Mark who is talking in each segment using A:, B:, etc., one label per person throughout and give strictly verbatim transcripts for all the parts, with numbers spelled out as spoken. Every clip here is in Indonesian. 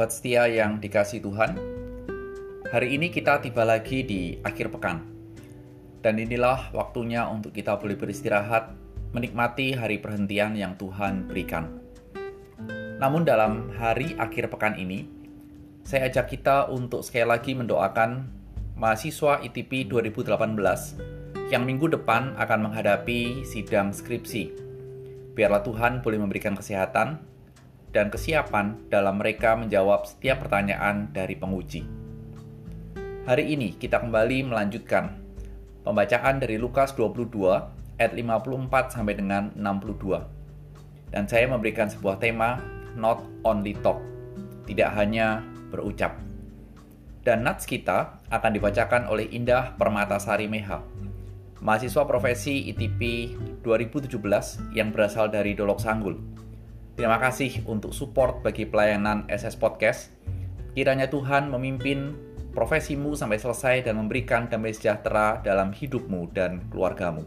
A: Sobat setia yang dikasihi Tuhan, hari ini kita tiba lagi di akhir pekan. Dan inilah waktunya untuk kita boleh beristirahat, menikmati hari perhentian yang Tuhan berikan. Namun dalam hari akhir pekan ini, saya ajak kita untuk sekali lagi mendoakan mahasiswa I T P dua ribu delapan belas yang minggu depan akan menghadapi sidang skripsi. Biarlah Tuhan boleh memberikan kesehatan dan kesiapan dalam mereka menjawab setiap pertanyaan dari penguji. Hari ini kita kembali melanjutkan pembacaan dari Lukas dua puluh dua ayat lima puluh empat sampai dengan enam puluh dua. Dan saya memberikan sebuah tema not only talk, tidak hanya berucap. Dan nats kita akan dibacakan oleh Indah Permatasari Meha, mahasiswa profesi I T P dua ribu tujuh belas yang berasal dari Dolok Sanggul. Terima kasih untuk support bagi pelayanan S S Podcast. Kiranya Tuhan memimpin profesimu sampai selesai dan memberikan damai sejahtera dalam hidupmu dan keluargamu.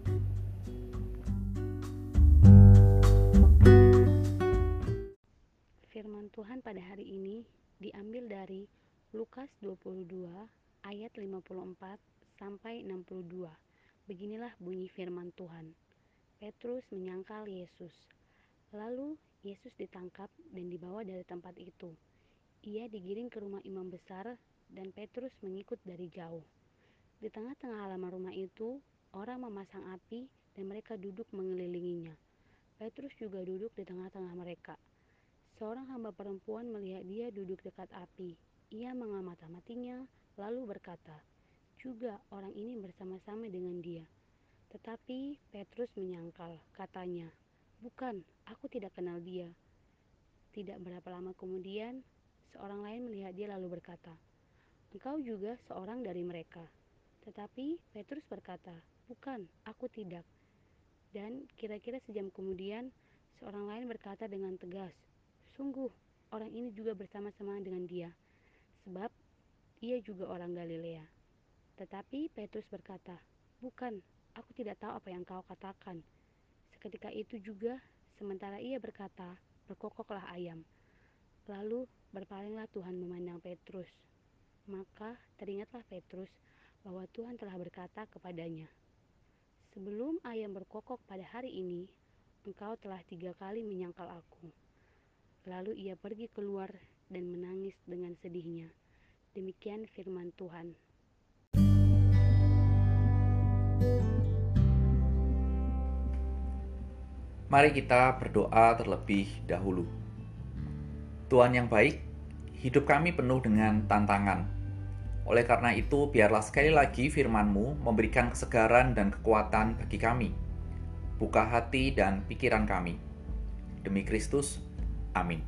B: Firman Tuhan pada hari ini diambil dari Lukas dua puluh dua ayat lima puluh empat sampai enam puluh dua. Beginilah bunyi firman Tuhan. Petrus menyangkal Yesus. Lalu Yesus ditangkap dan dibawa dari tempat itu. Ia digiring ke rumah imam besar dan Petrus mengikut dari jauh. Di tengah-tengah halaman rumah itu, orang memasang api dan mereka duduk mengelilinginya. Petrus juga duduk di tengah-tengah mereka. Seorang hamba perempuan melihat dia duduk dekat api. Ia mengamati-amatinya lalu berkata, "Juga orang ini bersama-sama dengan dia." Tetapi Petrus menyangkal, katanya, "Bukan, aku tidak kenal dia." Tidak berapa lama kemudian, seorang lain melihat dia lalu berkata, "Engkau juga seorang dari mereka." Tetapi Petrus berkata, "Bukan, aku tidak." Dan kira-kira sejam kemudian, seorang lain berkata dengan tegas, "Sungguh, orang ini juga bersama-sama dengan dia, sebab ia juga orang Galilea." Tetapi Petrus berkata, "Bukan, aku tidak tahu apa yang kau katakan." Seketika itu juga, sementara ia berkata, berkokoklah ayam. Lalu berpalinglah Tuhan memandang Petrus. Maka teringatlah Petrus bahwa Tuhan telah berkata kepadanya, "Sebelum ayam berkokok pada hari ini, engkau telah tiga kali menyangkal aku." Lalu ia pergi keluar dan menangis dengan sedihnya. Demikian firman Tuhan.
A: Mari kita berdoa terlebih dahulu. Tuhan yang baik, hidup kami penuh dengan tantangan. Oleh karena itu, biarlah sekali lagi firman-Mu memberikan kesegaran dan kekuatan bagi kami. Buka hati dan pikiran kami. Demi Kristus, amin.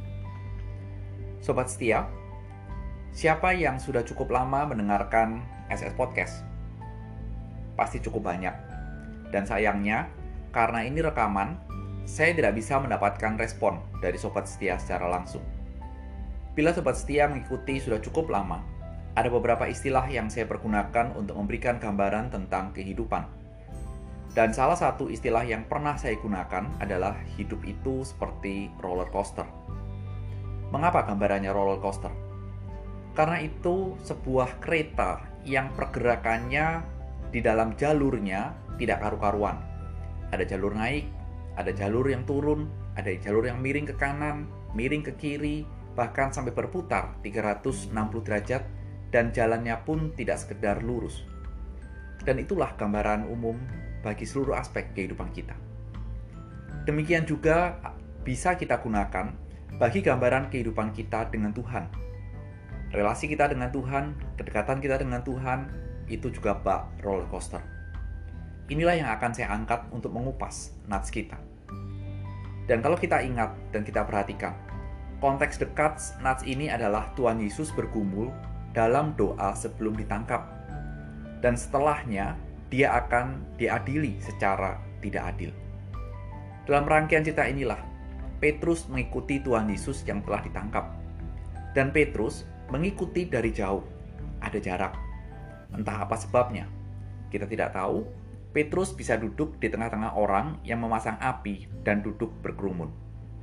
A: Sobat setia, siapa yang sudah cukup lama mendengarkan S S Podcast? Pasti cukup banyak. Dan sayangnya, karena ini rekaman, saya tidak bisa mendapatkan respon dari sobat setia secara langsung. Bila sobat setia mengikuti sudah cukup lama, ada beberapa istilah yang saya pergunakan untuk memberikan gambaran tentang kehidupan. Dan salah satu istilah yang pernah saya gunakan adalah hidup itu seperti roller coaster. Mengapa gambarannya roller coaster? Karena itu sebuah kereta yang pergerakannya di dalam jalurnya tidak karu-karuan. Ada jalur naik, ada jalur yang turun, ada jalur yang miring ke kanan, miring ke kiri, bahkan sampai berputar tiga ratus enam puluh derajat, dan jalannya pun tidak sekedar lurus. Dan itulah gambaran umum bagi seluruh aspek kehidupan kita. Demikian juga bisa kita gunakan bagi gambaran kehidupan kita dengan Tuhan. Relasi kita dengan Tuhan, kedekatan kita dengan Tuhan, itu juga bak roller coaster. Inilah yang akan saya angkat untuk mengupas nats kita. Dan kalau kita ingat dan kita perhatikan, konteks dekat nats ini adalah Tuhan Yesus bergumul dalam doa sebelum ditangkap. Dan setelahnya, dia akan diadili secara tidak adil. Dalam rangkaian cerita inilah, Petrus mengikuti Tuhan Yesus yang telah ditangkap. Dan Petrus mengikuti dari jauh, ada jarak. Entah apa sebabnya, kita tidak tahu. Petrus bisa duduk di tengah-tengah orang yang memasang api dan duduk berkerumun.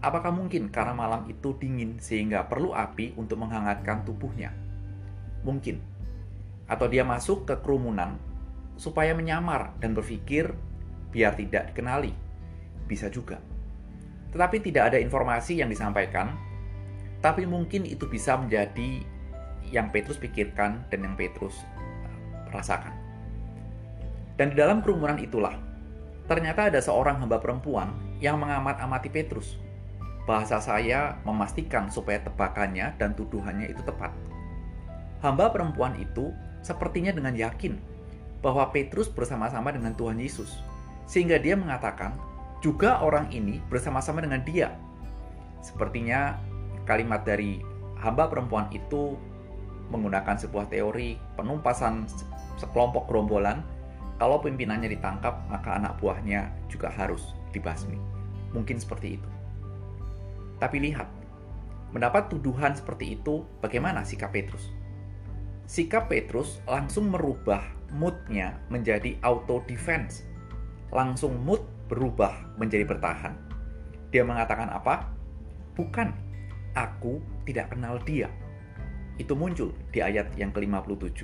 A: Apakah mungkin karena malam itu dingin sehingga perlu api untuk menghangatkan tubuhnya? Mungkin. Atau dia masuk ke kerumunan supaya menyamar dan berpikir biar tidak dikenali. Bisa juga. Tetapi tidak ada informasi yang disampaikan, tapi mungkin itu bisa menjadi yang Petrus pikirkan dan yang Petrus rasakan. Dan di dalam kerumunan itulah, ternyata ada seorang hamba perempuan yang mengamat-amati Petrus. Bahasa saya memastikan supaya tebakannya dan tuduhannya itu tepat. Hamba perempuan itu sepertinya dengan yakin bahwa Petrus bersama-sama dengan Tuhan Yesus. Sehingga dia mengatakan, juga orang ini bersama-sama dengan dia. Sepertinya kalimat dari hamba perempuan itu menggunakan sebuah teori penumpasan sekelompok gerombolan. Kalau pimpinannya ditangkap, maka anak buahnya juga harus dibasmi. Mungkin seperti itu. Tapi lihat, mendapat tuduhan seperti itu, bagaimana sikap Petrus? Sikap Petrus langsung merubah mood-nya menjadi auto defense. Langsung mood berubah menjadi bertahan. Dia mengatakan apa? Bukan, aku tidak kenal dia. Itu muncul di ayat yang ke lima puluh tujuh.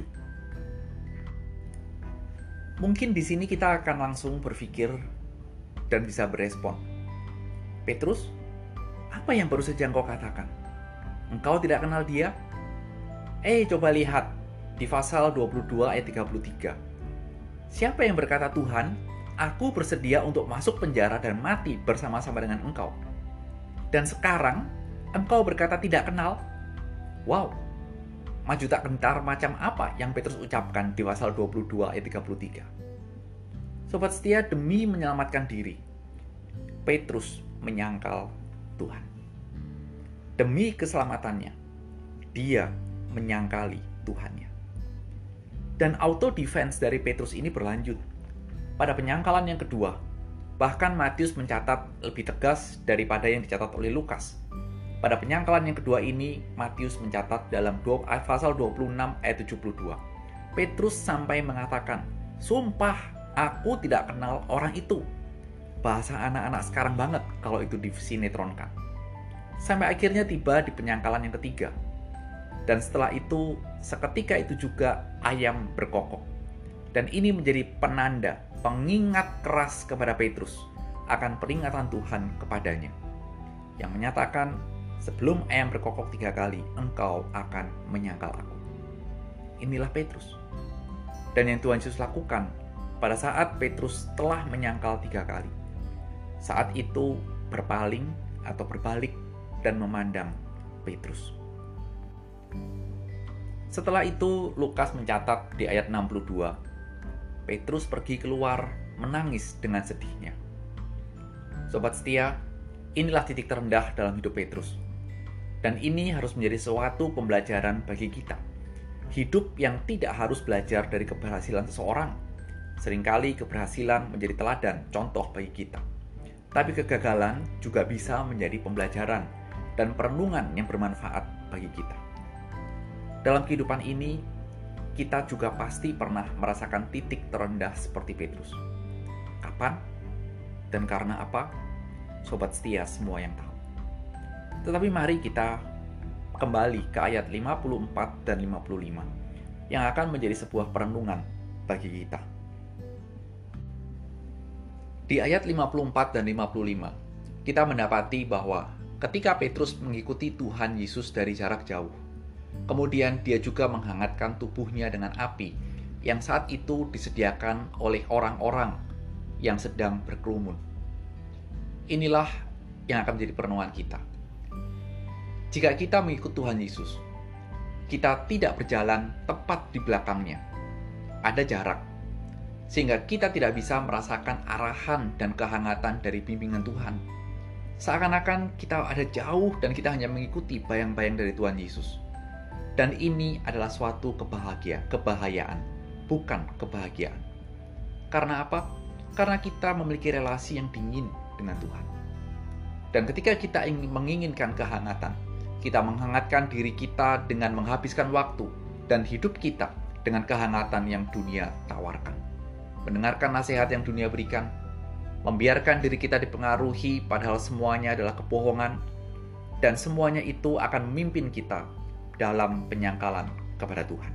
A: Mungkin di sini kita akan langsung berpikir dan bisa berespon. Petrus, apa yang baru saja engkau katakan? Engkau tidak kenal dia? Eh, coba lihat di pasal dua puluh dua ayat tiga puluh tiga. Siapa yang berkata, Tuhan, aku bersedia untuk masuk penjara dan mati bersama-sama dengan engkau. Dan sekarang engkau berkata tidak kenal? Wow, maju tak gentar macam apa yang Petrus ucapkan di pasal dua puluh dua ayat tiga puluh tiga. Sobat setia, demi menyelamatkan diri, Petrus menyangkal Tuhan. Demi keselamatannya, dia menyangkali Tuhannya. Dan auto defense dari Petrus ini berlanjut. Pada penyangkalan yang kedua, bahkan Matius mencatat lebih tegas daripada yang dicatat oleh Lukas. Pada penyangkalan yang kedua ini, Matius mencatat dalam pasal dua puluh enam ayat tujuh puluh dua. Petrus sampai mengatakan, sumpah aku tidak kenal orang itu. Bahasa anak-anak sekarang banget kalau itu disinetronkan. Sampai akhirnya tiba di penyangkalan yang ketiga. Dan setelah itu, seketika itu juga ayam berkokok. Dan ini menjadi penanda, pengingat keras kepada Petrus akan peringatan Tuhan kepadanya. Yang menyatakan, sebelum ayam berkokok tiga kali, engkau akan menyangkal aku. Inilah Petrus. Dan yang Tuhan Yesus lakukan pada saat Petrus telah menyangkal tiga kali. Saat itu berpaling atau berbalik dan memandang Petrus. Setelah itu Lukas mencatat di ayat enam puluh dua, Petrus pergi keluar menangis dengan sedihnya. Sobat setia, inilah titik terendah dalam hidup Petrus. Dan ini harus menjadi suatu pembelajaran bagi kita. Hidup yang tidak harus belajar dari keberhasilan seseorang. Seringkali keberhasilan menjadi teladan, contoh bagi kita. Tapi kegagalan juga bisa menjadi pembelajaran dan perenungan yang bermanfaat bagi kita. Dalam kehidupan ini, kita juga pasti pernah merasakan titik terendah seperti Petrus. Kapan? Dan karena apa? Sobat setia semua yang tahu. Tetapi mari kita kembali ke ayat lima puluh empat dan lima puluh lima yang akan menjadi sebuah perenungan bagi kita. Di ayat lima puluh empat dan lima puluh lima, kita mendapati bahwa ketika Petrus mengikuti Tuhan Yesus dari jarak jauh, kemudian dia juga menghangatkan tubuhnya dengan api yang saat itu disediakan oleh orang-orang yang sedang berkerumun. Inilah yang akan menjadi perenungan kita. Jika kita mengikut Tuhan Yesus, kita tidak berjalan tepat di belakangnya. Ada jarak, sehingga kita tidak bisa merasakan arahan dan kehangatan dari bimbingan Tuhan. Seakan-akan kita ada jauh dan kita hanya mengikuti bayang-bayang dari Tuhan Yesus. Dan ini adalah suatu kebahagiaan, kebahayaan, bukan kebahagiaan. Karena apa? Karena kita memiliki relasi yang dingin dengan Tuhan. Dan ketika kita ingin menginginkan kehangatan, kita menghangatkan diri kita dengan menghabiskan waktu dan hidup kita dengan kehangatan yang dunia tawarkan. Mendengarkan nasihat yang dunia berikan, membiarkan diri kita dipengaruhi padahal semuanya adalah kebohongan, dan semuanya itu akan memimpin kita dalam penyangkalan kepada Tuhan.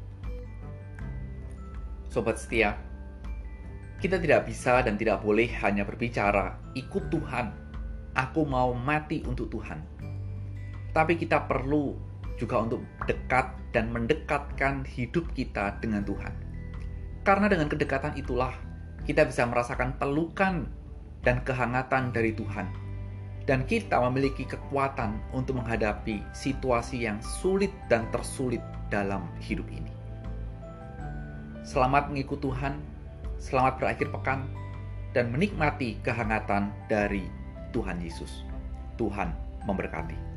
A: Sobat setia, kita tidak bisa dan tidak boleh hanya berbicara, ikut Tuhan, aku mau mati untuk Tuhan. Tapi kita perlu juga untuk dekat dan mendekatkan hidup kita dengan Tuhan. Karena dengan kedekatan itulah kita bisa merasakan pelukan dan kehangatan dari Tuhan. Dan kita memiliki kekuatan untuk menghadapi situasi yang sulit dan tersulit dalam hidup ini. Selamat mengikut Tuhan, selamat berakhir pekan, dan menikmati kehangatan dari Tuhan Yesus. Tuhan memberkati.